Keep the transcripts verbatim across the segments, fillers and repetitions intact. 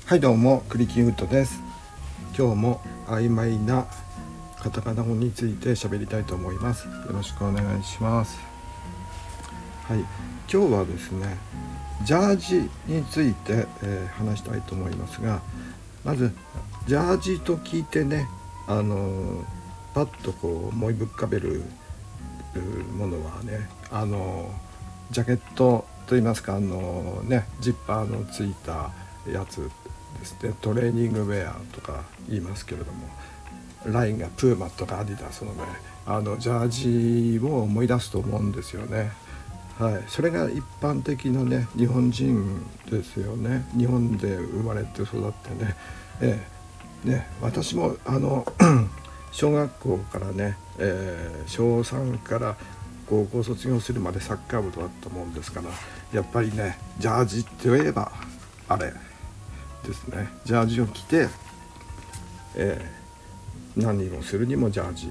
はいどうもクリキンウッドです。今日も曖昧なカタカナ語について喋りたいと思います。よろしくお願いします。はい、今日はですねジャージについて、えー、話したいと思いますが、まずジャージと聞いてね、あのー、パッとこう思いぶっかべるものはね、あのー、ジャケットといいますか、あのー、ねジッパーのついたやつですね、トレーニングウェアとか言いますけれども、ラインがプーマとかアディダスのね、あのジャージを思い出すと思うんですよね。はい、それが一般的なね日本人ですよね。日本で生まれて育ってね、ええね私もあの小学校からね、えー、しょうさんから高校卒業するまでサッカー部だったもんですから、やっぱりねジャージって言えばあれですね。ジャージを着て、えー、何をするにもジャージ、はい、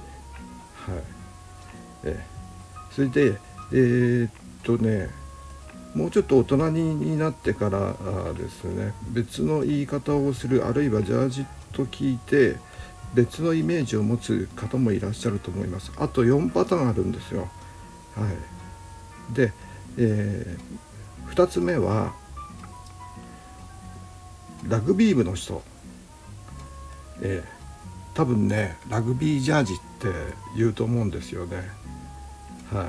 えー、それでえー、っとねもうちょっと大人になってからですね、別の言い方をする、あるいはジャージと聞いて別のイメージを持つ方もいらっしゃると思います。あとよんパターンあるんですよ。はい、で、えー、ふたつめはラグビー部の人、えー、多分ねラグビージャージって言うと思うんですよね。はい、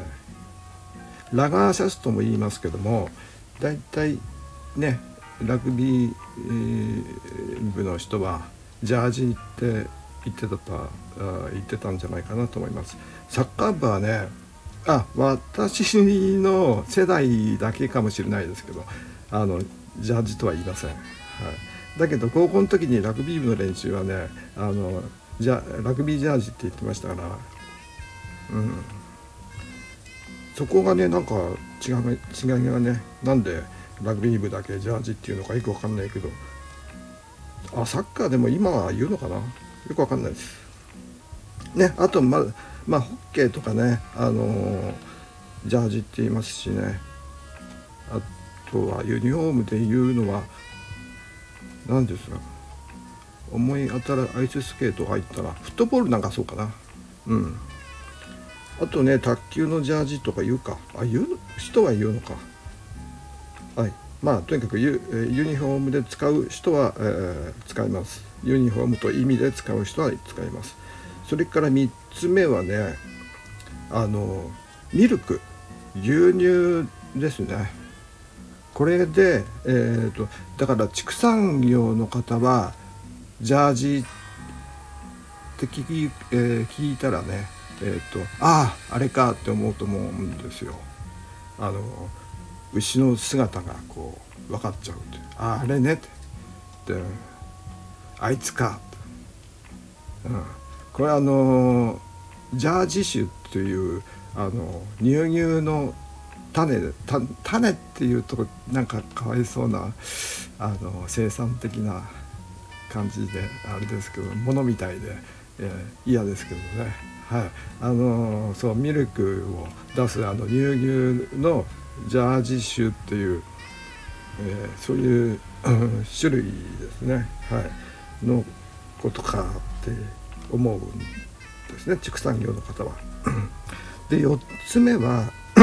ラガーシャツとも言いますけども、だいたいねラグビー部の人はジャージって言ってた言ってたんじゃないかなと思います。サッカー部はね、あ私の世代だけかもしれないですけど、あのジャージとは言いません。はい、だけど高校の時にラグビー部の連中はね、あのじゃラグビージャージって言ってましたから、うん、そこがねなんか違い違いがね、なんでラグビー部だけジャージっていうのかよくわかんないけど、あサッカーでも今は言うのかな、よくわかんないですね。あとままあホッケーとかね、あのー、ジャージって言いますしね。あとはユニフォームで言うのは何ですか、思い当たるアイススケート入ったらフットボールなんかそうかな。うん。あとね卓球のジャージとか言うか、あ言う人は言うのか。はい、まあとにかく ユ, ユニフォームで使う人は、えー、使います。ユニフォームと意味で使う人は使います。それからみっつめはね、あのミルク、牛乳ですね。これで、えーと、だから畜産業の方はジャージって聞き、えー、聞いたらね、えーと、あああれかって思うと思うんですよ。あの牛の姿がこう分かっちゃうって、あああれねってで、あいつかって、うん、これあのジャージ種っていうあの乳牛の種で、種っていうとなんかかわいそうなあの生産的な感じであれですけど、ものみたいで、えー、嫌ですけどね。はい、あのそうミルクを出すあの乳牛のジャージ種っていう、えー、そういう、うん、種類ですね、はい、のことかって思うんですね、畜産業の方は。でよっつめは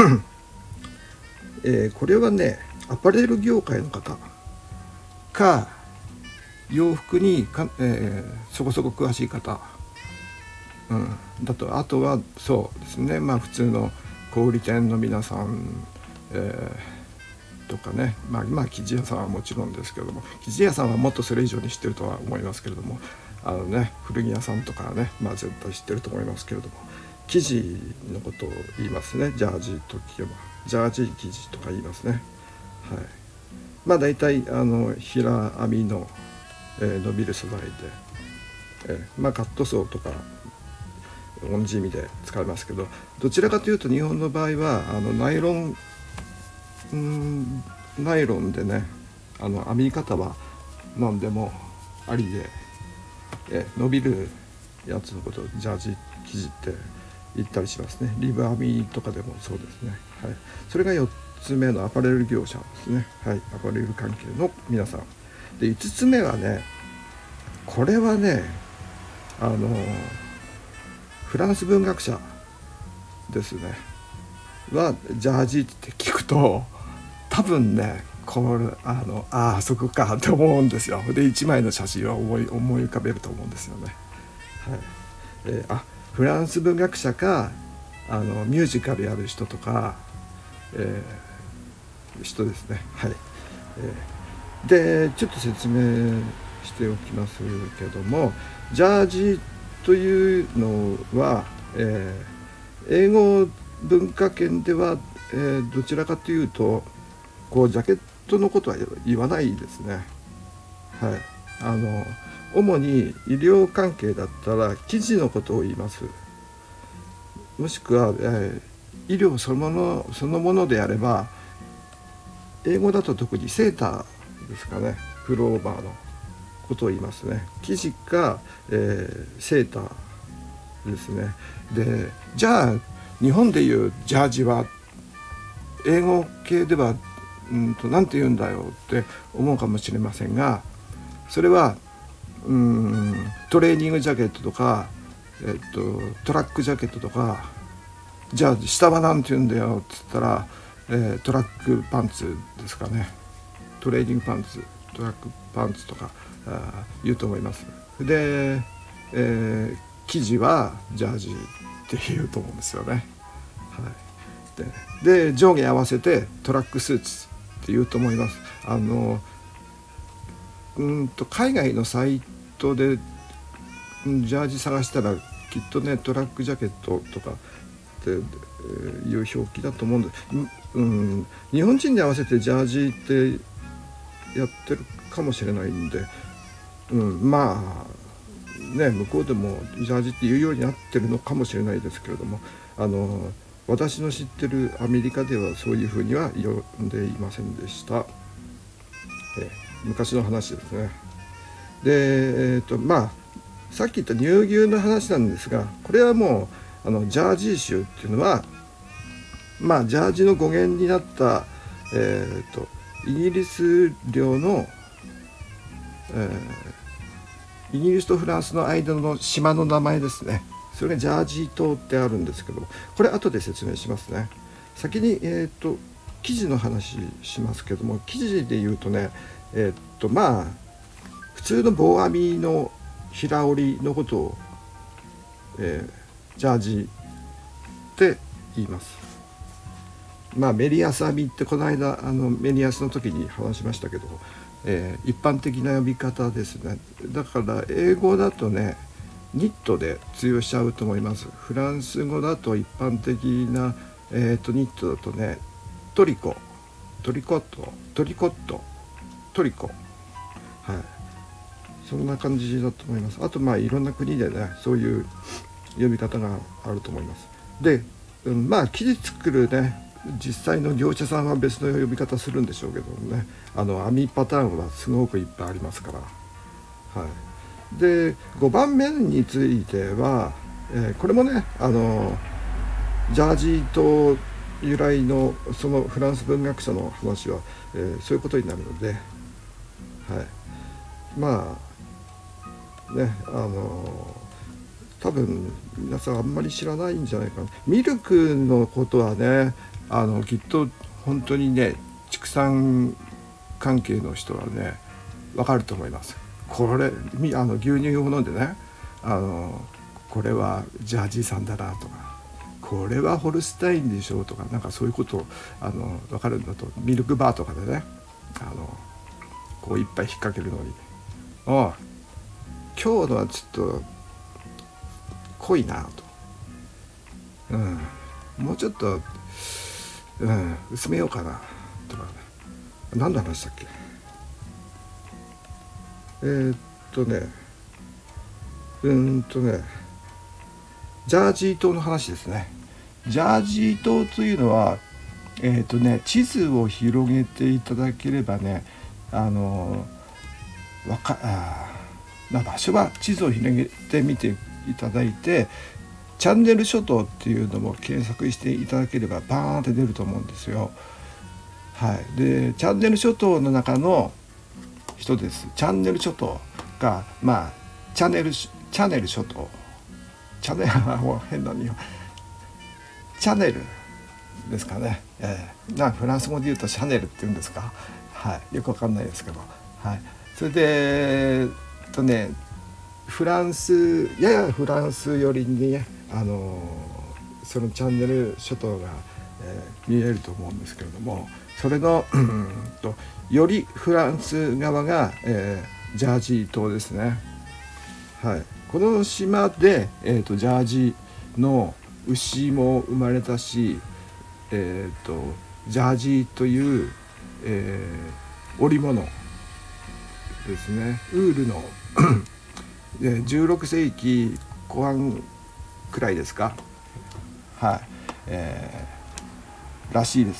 えー、これはねアパレル業界の方か洋服にか、えー、そこそこ詳しい方、うん、だと、あとはそうですね、まあ普通の小売店の皆さん、えー、とかね、まあ今生地屋さんはもちろんですけれども、生地屋さんはもっとそれ以上に知ってるとは思いますけれども、あのね古着屋さんとかね、まあ絶対知ってると思いますけれども、生地のことを言いますね。ジャージと聞けばジャージ生地とか言いますね。はい、まあ大体あの平編みの、えー、伸びる素材で、えー、まあカットソーとか同じ意味で使いますけど、どちらかというと日本の場合はあのナイロンんナイロンでね、あの編み方は何でもありで、えー、伸びるやつのことをジャージ生地って言ったりしますね。リブ編みとかでもそうですね。はい、それがよっつめのアパレル業者ですね。はい、アパレル関係の皆さんでいつつめはね、これはねあのフランス文学者ですねはジャージって聞くと多分ねこれあのああそこかと思うんですよ。でいちまいの写真を思い思い浮かべると思うんですよね。はい、えー、あフランス文学者かあのミュージカルやる人とか、えー、人ですね。はい、えー、でちょっと説明しておきますけども、ジャージというのは、えー、英語文化圏では、えー、どちらかというとこうジャケットのことは言わないですね。はい、あの主に医療関係だったら記事のことを言います。もしくは、えー、医療そのものそのものであれば英語だと特にセーターですかね、プローバーのことを言いますね。記事か、えー、セーターですね。でじゃあ日本でいうジャージは英語系ではうんと何て言うんだよって思うかもしれませんが、それはうんトレーニングジャケットとか、えっと、トラックジャケットとか、じゃあ下は何て言うんだよって言ったら、えー、トラックパンツですかね。トレーニングパンツ、トラックパンツとかあ言うと思います。で、えー、生地はジャージって言うと思うんですよね。はい、で, で上下合わせてトラックスーツって言うと思います。あのうんと海外のサイトでジャージ探したらきっとねトラックジャケットとかっていう表記だと思うんで、うん、日本人に合わせてジャージってやってるかもしれないんで、うん、まあね向こうでもジャージって言うようになってるのかもしれないですけれども、あの私の知ってるアメリカではそういうふうには呼んでいませんでした。え昔の話ですね。で、えーとまあ、さっき言った乳牛の話なんですが、これはもうあのジャージー州っていうのは、まあ、ジャージの語源になった、えーとイギリス領の、えー、イギリスとフランスの間の島の名前ですね。それがジャージー島ってあるんですけど、これ後で説明しますね。先に、えーと生地の話しますけども、生地で言うとね、えー、っとまあ普通の棒編みの平織りのことを、えー、ジャージって言います。まあメリヤス編みってこの間あのメリヤスの時に話しましたけど、えー、一般的な呼び方ですね。だから英語だとねニットで通用しちゃうと思います。フランス語だと一般的な、えー、とニットだとねトリコトリコットトリコットトリコ、はい、そんな感じだと思います。あとまあいろんな国でねそういう呼び方があると思います。で、うん、まあ生地作るね実際の業者さんは別の呼び方するんでしょうけどもね、あの編みパターンはすごくいっぱいありますから。はい、でごばんめについては、えー、これもねあのジャージーと由来のそのフランス文学者の話は、えー、そういうことになるので、はい、まあねあの多分皆さんあんまり知らないんじゃないかな。ミルクのことはねあのきっと本当にね畜産関係の人はね分かると思います。これあの牛乳を飲んでねあのこれはジャージーさんだなとか、これはホルスタインでしょうとか、なんかそういうことをあの分かるんだと、ミルクバーとかでねあのこう一杯引っ掛けるのに、ああ今日のはちょっと濃いなと、うん、もうちょっと、うん、薄めようかなとか、ね、何の話だっけ。えー、っとねうーんとねジャージー島の話ですね。ジャージー島というのは、えーとね、地図を広げていただければね、あのわかあまあ場所は地図を広げてみていただいて、チャンネル諸島っていうのも検索していただければバーンって出ると思うんですよ。はい、でチャンネル諸島の中の人です。チャンネル諸島がまあチャンネルチャンネル諸島チャンネルは変な日本チャンネルですかね、えー、なフランス語で言うとシャネルって言うんですか、はい、よくわかんないですけど、はい、それで、えっとね、フランスややフランス寄りにね、あのー、そのチャンネル諸島が、えー、見えると思うんですけれども、それのうんとよりフランス側が、えー、ジャージー島ですね、はい、この島で、えー、とジャージの牛も生まれたし、えー、とジャージという、えー、織物ですね、ウールのじゅうろくせいきこ半くらいですか、はい、えー、らしいです。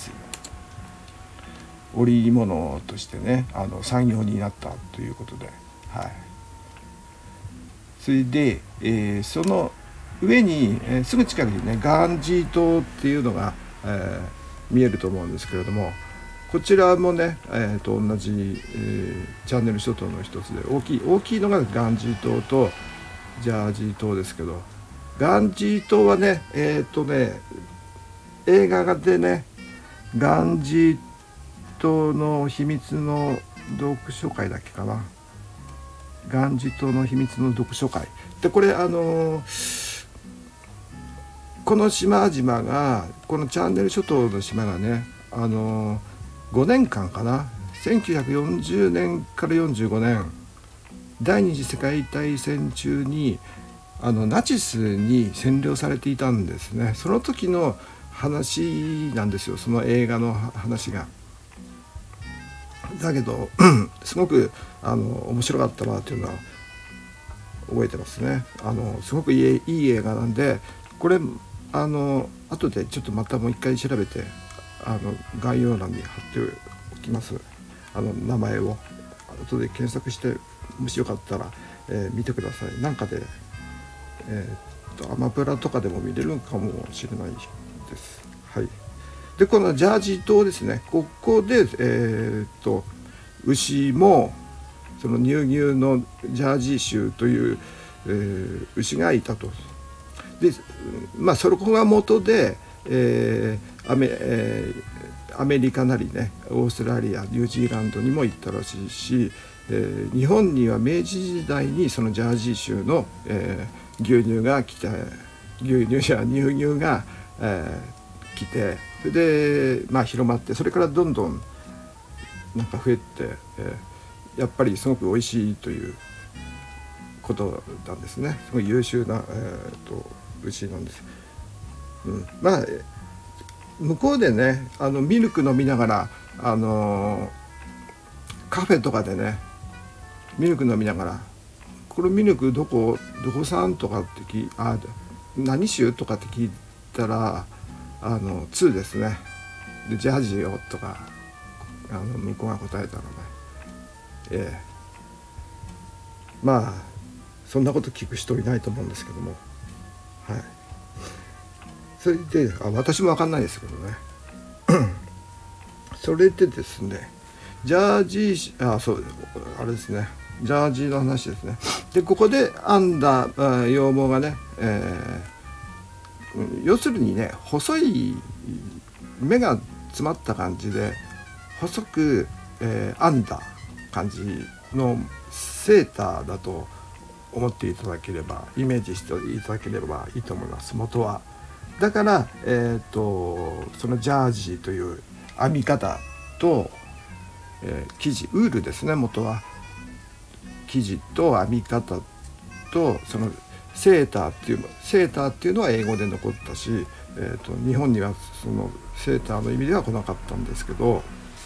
織物としてね、あの産業になったということで、はい、それで、えー、その上に、えー、すぐ近くにねガンジー島っていうのが、えー、見えると思うんですけれども、こちらもね、えー、と同じ、えー、チャンネル諸島の一つで、大きい大きいのがガンジー島とジャージー島ですけど、ガンジー島はねえっ、ー、とね映画でね、ガンジー島の秘密の読書会だっけかな、ガンジー島の秘密の読書会で、これあのー、この島々がこのチャンネル諸島の島がね、あのー、ごねんかんかな、せんきゅうひゃくよんじゅうねんからよんじゅうごねん、第二次世界大戦中にあのナチスに占領されていたんですね。その時の話なんですよ、その映画の話が。だけどすごくあの面白かったなというのは覚えてますね。あのすごくいい、いい映画なんで、これあの後でちょっとまたもう一回調べて、あの概要欄に貼っておきます。あの名前を後で検索して、もしよかったら、えー、見てください。なんかで、えー、っとアマプラとかでも見れるかもしれないです。はい。でこのジャージー島ですね、ここで、えー、っと牛もその乳牛のジャージー州という、えー、牛がいたと。でまあそこが元で、えー アメえー、アメリカなりね、オーストラリア、ニュージーランドにも行ったらしいし、えー、日本には明治時代にそのジャージー州の、えー、牛乳が来て、牛乳や乳牛が、えー、来て、それでまあ広まって、それからどんどんなんか増えて、えー、やっぱりすごく美味しいということなんですね。すごい優秀な、えー、と牛なんです。うん、まあ向こうでね、あのミルク飲みながら、あのー、カフェとかでねミルク飲みながら、このミルクどこどこ産とかって聞いあ何種とかって聞いたら、あのにですね。でジャージーよとかあの向こうが答えたのね、ええ、まあそんなこと聞く人いないと思うんですけども、はい。それであ私も分かんないですけどねそれでですね、ジャージーあそうあれですね、ジャージーの話ですね。でここで編んだ羊毛がね、えー、要するにね、細い目が詰まった感じで細く、えー、編んだ感じのセーターだと思っていただければ、イメージしていただければいいと思います。元はだから、えー、とそのジャージーという編み方と、えー、生地ウールですね、元は生地と編み方と、そのセーターっていうのセーターっていうのは英語で残ったし、えー、と日本にはそのセーターの意味では来なかったんですけど、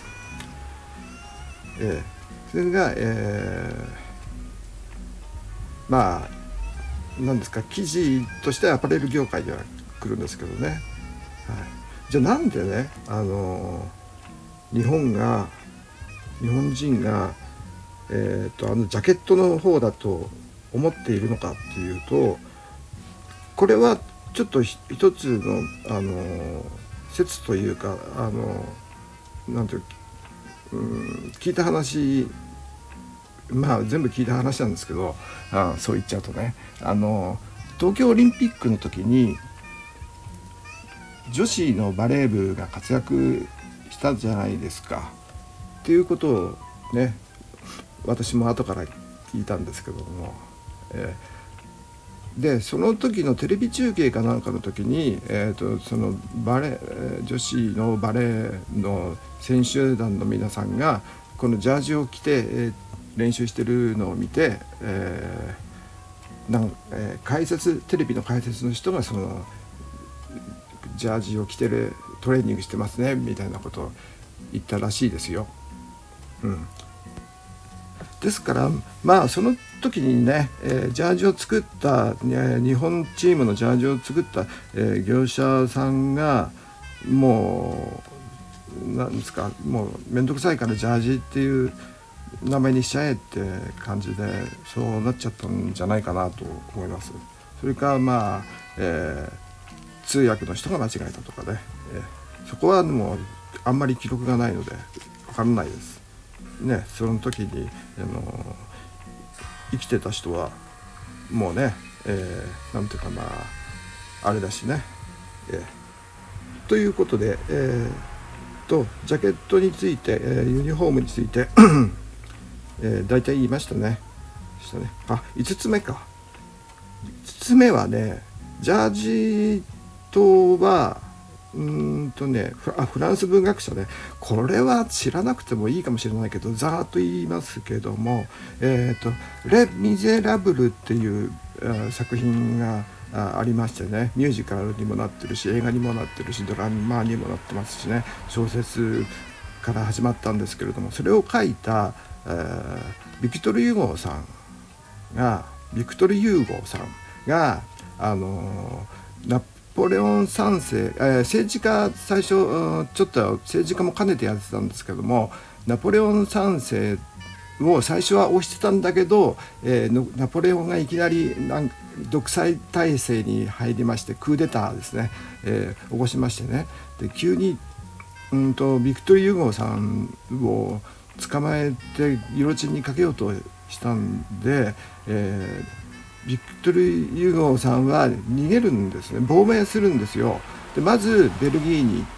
えー、それが、えー、まあ何ですか、生地としてアパレル業界では来るんですけどね、はい、じゃあなんでね、あの日本が日本人が、えー、とあのジャケットの方だと思っているのかっていうと、これはちょっと一つの、あの説というか、あのなんていう、うん、聞いた話まあ全部聞いた話なんですけど、あそう言っちゃうとね、あの東京オリンピックの時に女子のバレー部が活躍したじゃないですかっていうことをね、私も後から聞いたんですけども、えー、でその時のテレビ中継かなんかの時に、えー、とそのバレー女子のバレーの選手団の皆さんがこのジャージを着て、えー、練習してるのを見て、えーなんえー、解説テレビの解説の人がそのジャージを着てるトレーニングしてますねみたいなことを言ったらしいですよ。うん、ですからまあその時にね、えー、ジャージを作った、ね、日本チームのジャージを作った、えー、業者さんがもうなんですか、もうめんどくさいからジャージっていう名前にしちゃえって感じでそうなっちゃったんじゃないかなと思います。それかまあ、えー、通訳の人が間違えたとかね、えー、そこはもうあんまり記録がないので分からないですね。その時にあの生きてた人はもうね、えー、なんていうかまああれだしね、えー、ということで、えー、とジャケットについて、えー、ユニフォームについてえー、大体言いましたね。したね。あ、いつつめか。いつつめはね、ジャージ島はうーんとねフ、あ、フランス文学者ね。これは知らなくてもいいかもしれないけど、ざーっと言いますけども、えっとレ・ミゼラブルっていう作品がありましてね、ミュージカルにもなってるし、映画にもなってるし、ドラマにもなってますしね、小説から始まったんですけれども、それを書いたえー、ビクトル・ユーゴーさんがビクトル・ユーゴーさんがあのー、ナポレオンさん世、えー、政治家最初ちょっと政治家も兼ねてやってたんですけども、ナポレオンさん世を最初は推してたんだけど、えー、ナポレオンがいきなりなん独裁体制に入りましてクーデターですね、えー、起こしましてね、で急にうんとビクトル・ユーゴーさんを捕まえてギロチンにかけようとしたんで、えー、ビクトル・ユーゴーさんは逃げるんですね。亡命するんですよ。でまずベルギーに行って、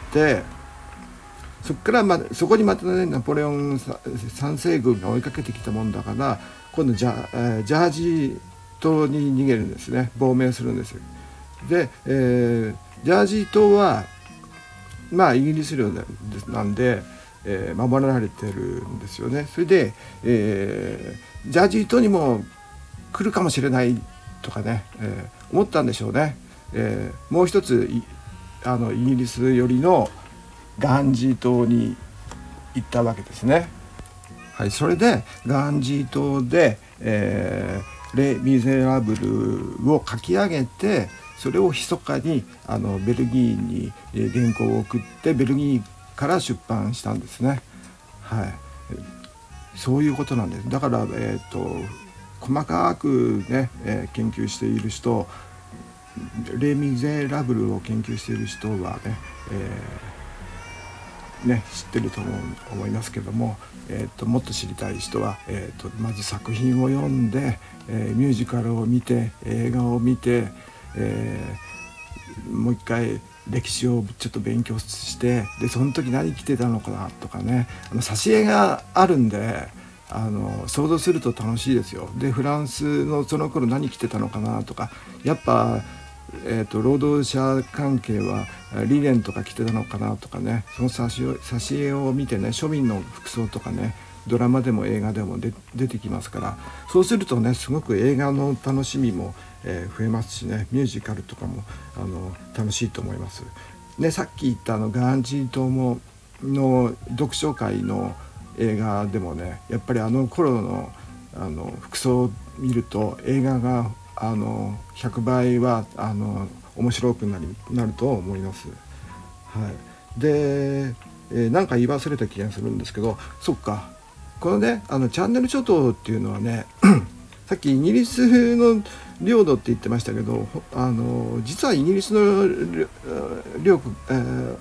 そこから、ま、そこにまたねナポレオン三世軍が追いかけてきたもんだから、今度ジャ、えー、ジャージ島に逃げるんですね。亡命するんですよ。で、えー、ジャージ島はまあイギリス領なんで、えー、守られてるんですよね。それで、えー、ジャージ島にも来るかもしれないとかね、えー、思ったんでしょうね。えー、もう一つあのイギリス寄りのガンジー島に行ったわけですね。はい、それでガンジー島で、えー、レ・ミゼラブルを書き上げて、それを密かにあのベルギーに原稿を送ってベルギーから出版したんですね。はい、そういうことなんです。だから、えー、と細かくね、えー、研究している人、レ・ミゼラブルを研究している人はね、えー、ね知ってると思う思いますけども、えー、ともっと知りたい人は、えー、とまず作品を読んで、えー、ミュージカルを見て映画を見て、えー、もう一回歴史をちょっと勉強して、でその時何着てたのかなとかね、あの挿絵があるんであの想像すると楽しいですよ。でフランスのその頃何着てたのかなとか、やっぱ、えー、と労働者関係はリネンとか着てたのかなとかね、その挿絵を見てね、庶民の服装とかね、ドラマでも映画でもで出てきますから、そうするとねすごく映画の楽しみも、えー、増えますしね、ミュージカルとかもあの楽しいと思います、ね、さっき言ったあのガンジー島もの読書会の映画でもね、やっぱりあの頃のあの服装を見ると映画があのひゃくばいはあの面白くなりなると思います。はい、で、えー、なんか言い忘れた気がするんですけど、そっか、このねあのチャンネル諸島っていうのはねさっきイギリスの領土って言ってましたけど、あの実はイギリスの領区、えー、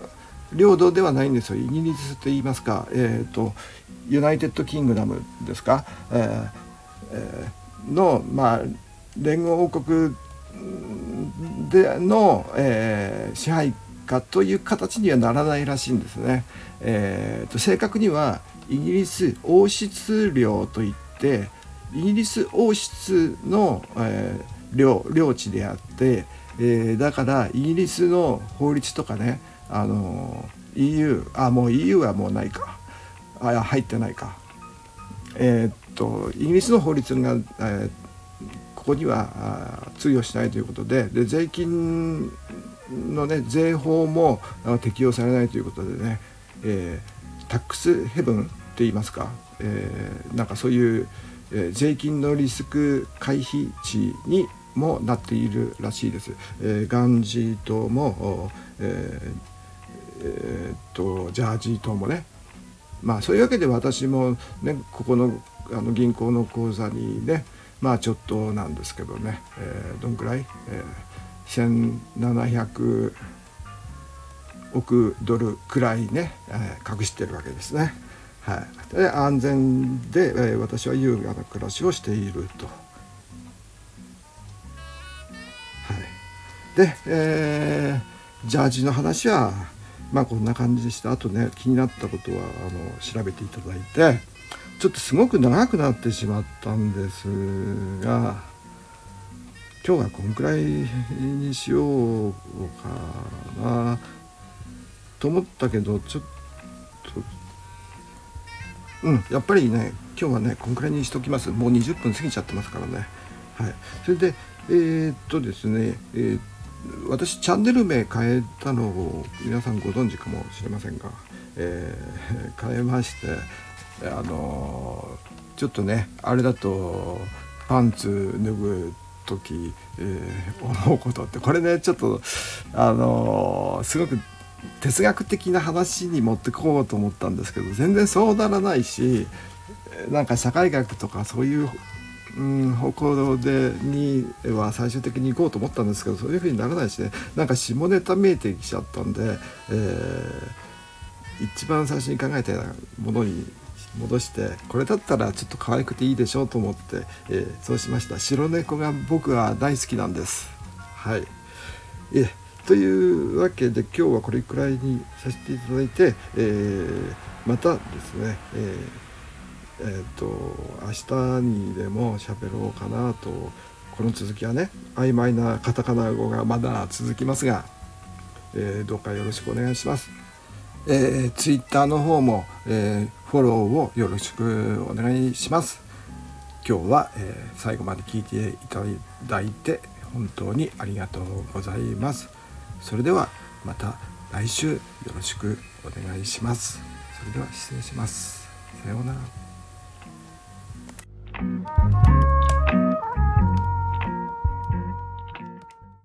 領土ではないんですよ。イギリスといいますか、えー、とユナイテッドキングダムですか、えーえー、の、まあ、連合王国での、えー、支配下という形にはならないらしいんですね。えー、と正確にはイギリス王室領といってイギリス王室の、えー、領, 領地であって、えー、だからイギリスの法律とかね、あの イーユー あもう イーユー はもうないか、あ入ってないか、えー、っとイギリスの法律が、えー、ここには通用しないということで、で税金のね税法も適用されないということでね、えー、タックスヘブンって言いますか、えー、なんかそういう、えー、税金のリスク回避地にもなっているらしいです。えー、ガンジー島も、えーえー、っとジャージー島もね、まあそういうわけで私もねここの、あの銀行の口座にね、まあちょっとなんですけどね、えー、どんくらい、えー、せんななひゃくおくドルくらいね、えー、隠しているわけですね。はい、で安全で、えー、私は優雅な暮らしをしていると。はい、で、えー、ジャージの話はまあこんな感じでした。あとね気になったことはあの調べていただいて、ちょっとすごく長くなってしまったんですが、今日はこんくらいにしようかなと思ったけど、ちょっとうんやっぱりね今日はねこんくらいにしときます。もうにじゅっぷん過ぎちゃってますからね。はい、それでえー、っとですね、えー、私チャンネル名変えたのを皆さんご存知かもしれませんが、えー、変えまして、あのー、ちょっとねあれだとパンツ脱ぐ時、えー、思うことってこれねちょっとあのー、すごく哲学的な話に持ってこうと思ったんですけど、全然そうならないし、なんか社会学とかそういううん、方向でには最終的に行こうと思ったんですけど、そういう風にならないしね、なんか下ネタ見えてきちゃったんで、えー、一番最初に考えたものに戻して、これだったらちょっと可愛くていいでしょうと思って、えー、そうしました。白猫が僕は大好きなんです。はい。えというわけで今日はこれくらいにさせていただいて、えー、またですね、えーえー、と明日にでも喋ろうかなと。この続きはね曖昧なカタカナ語がまだ続きますが、えー、どうかよろしくお願いします。えー、ツイッターの方も、えー、フォローをよろしくお願いします。今日は、えー、最後まで聞いていただいて本当にありがとうございます。それではまた来週よろしくお願いします。それでは失礼します。さようなら。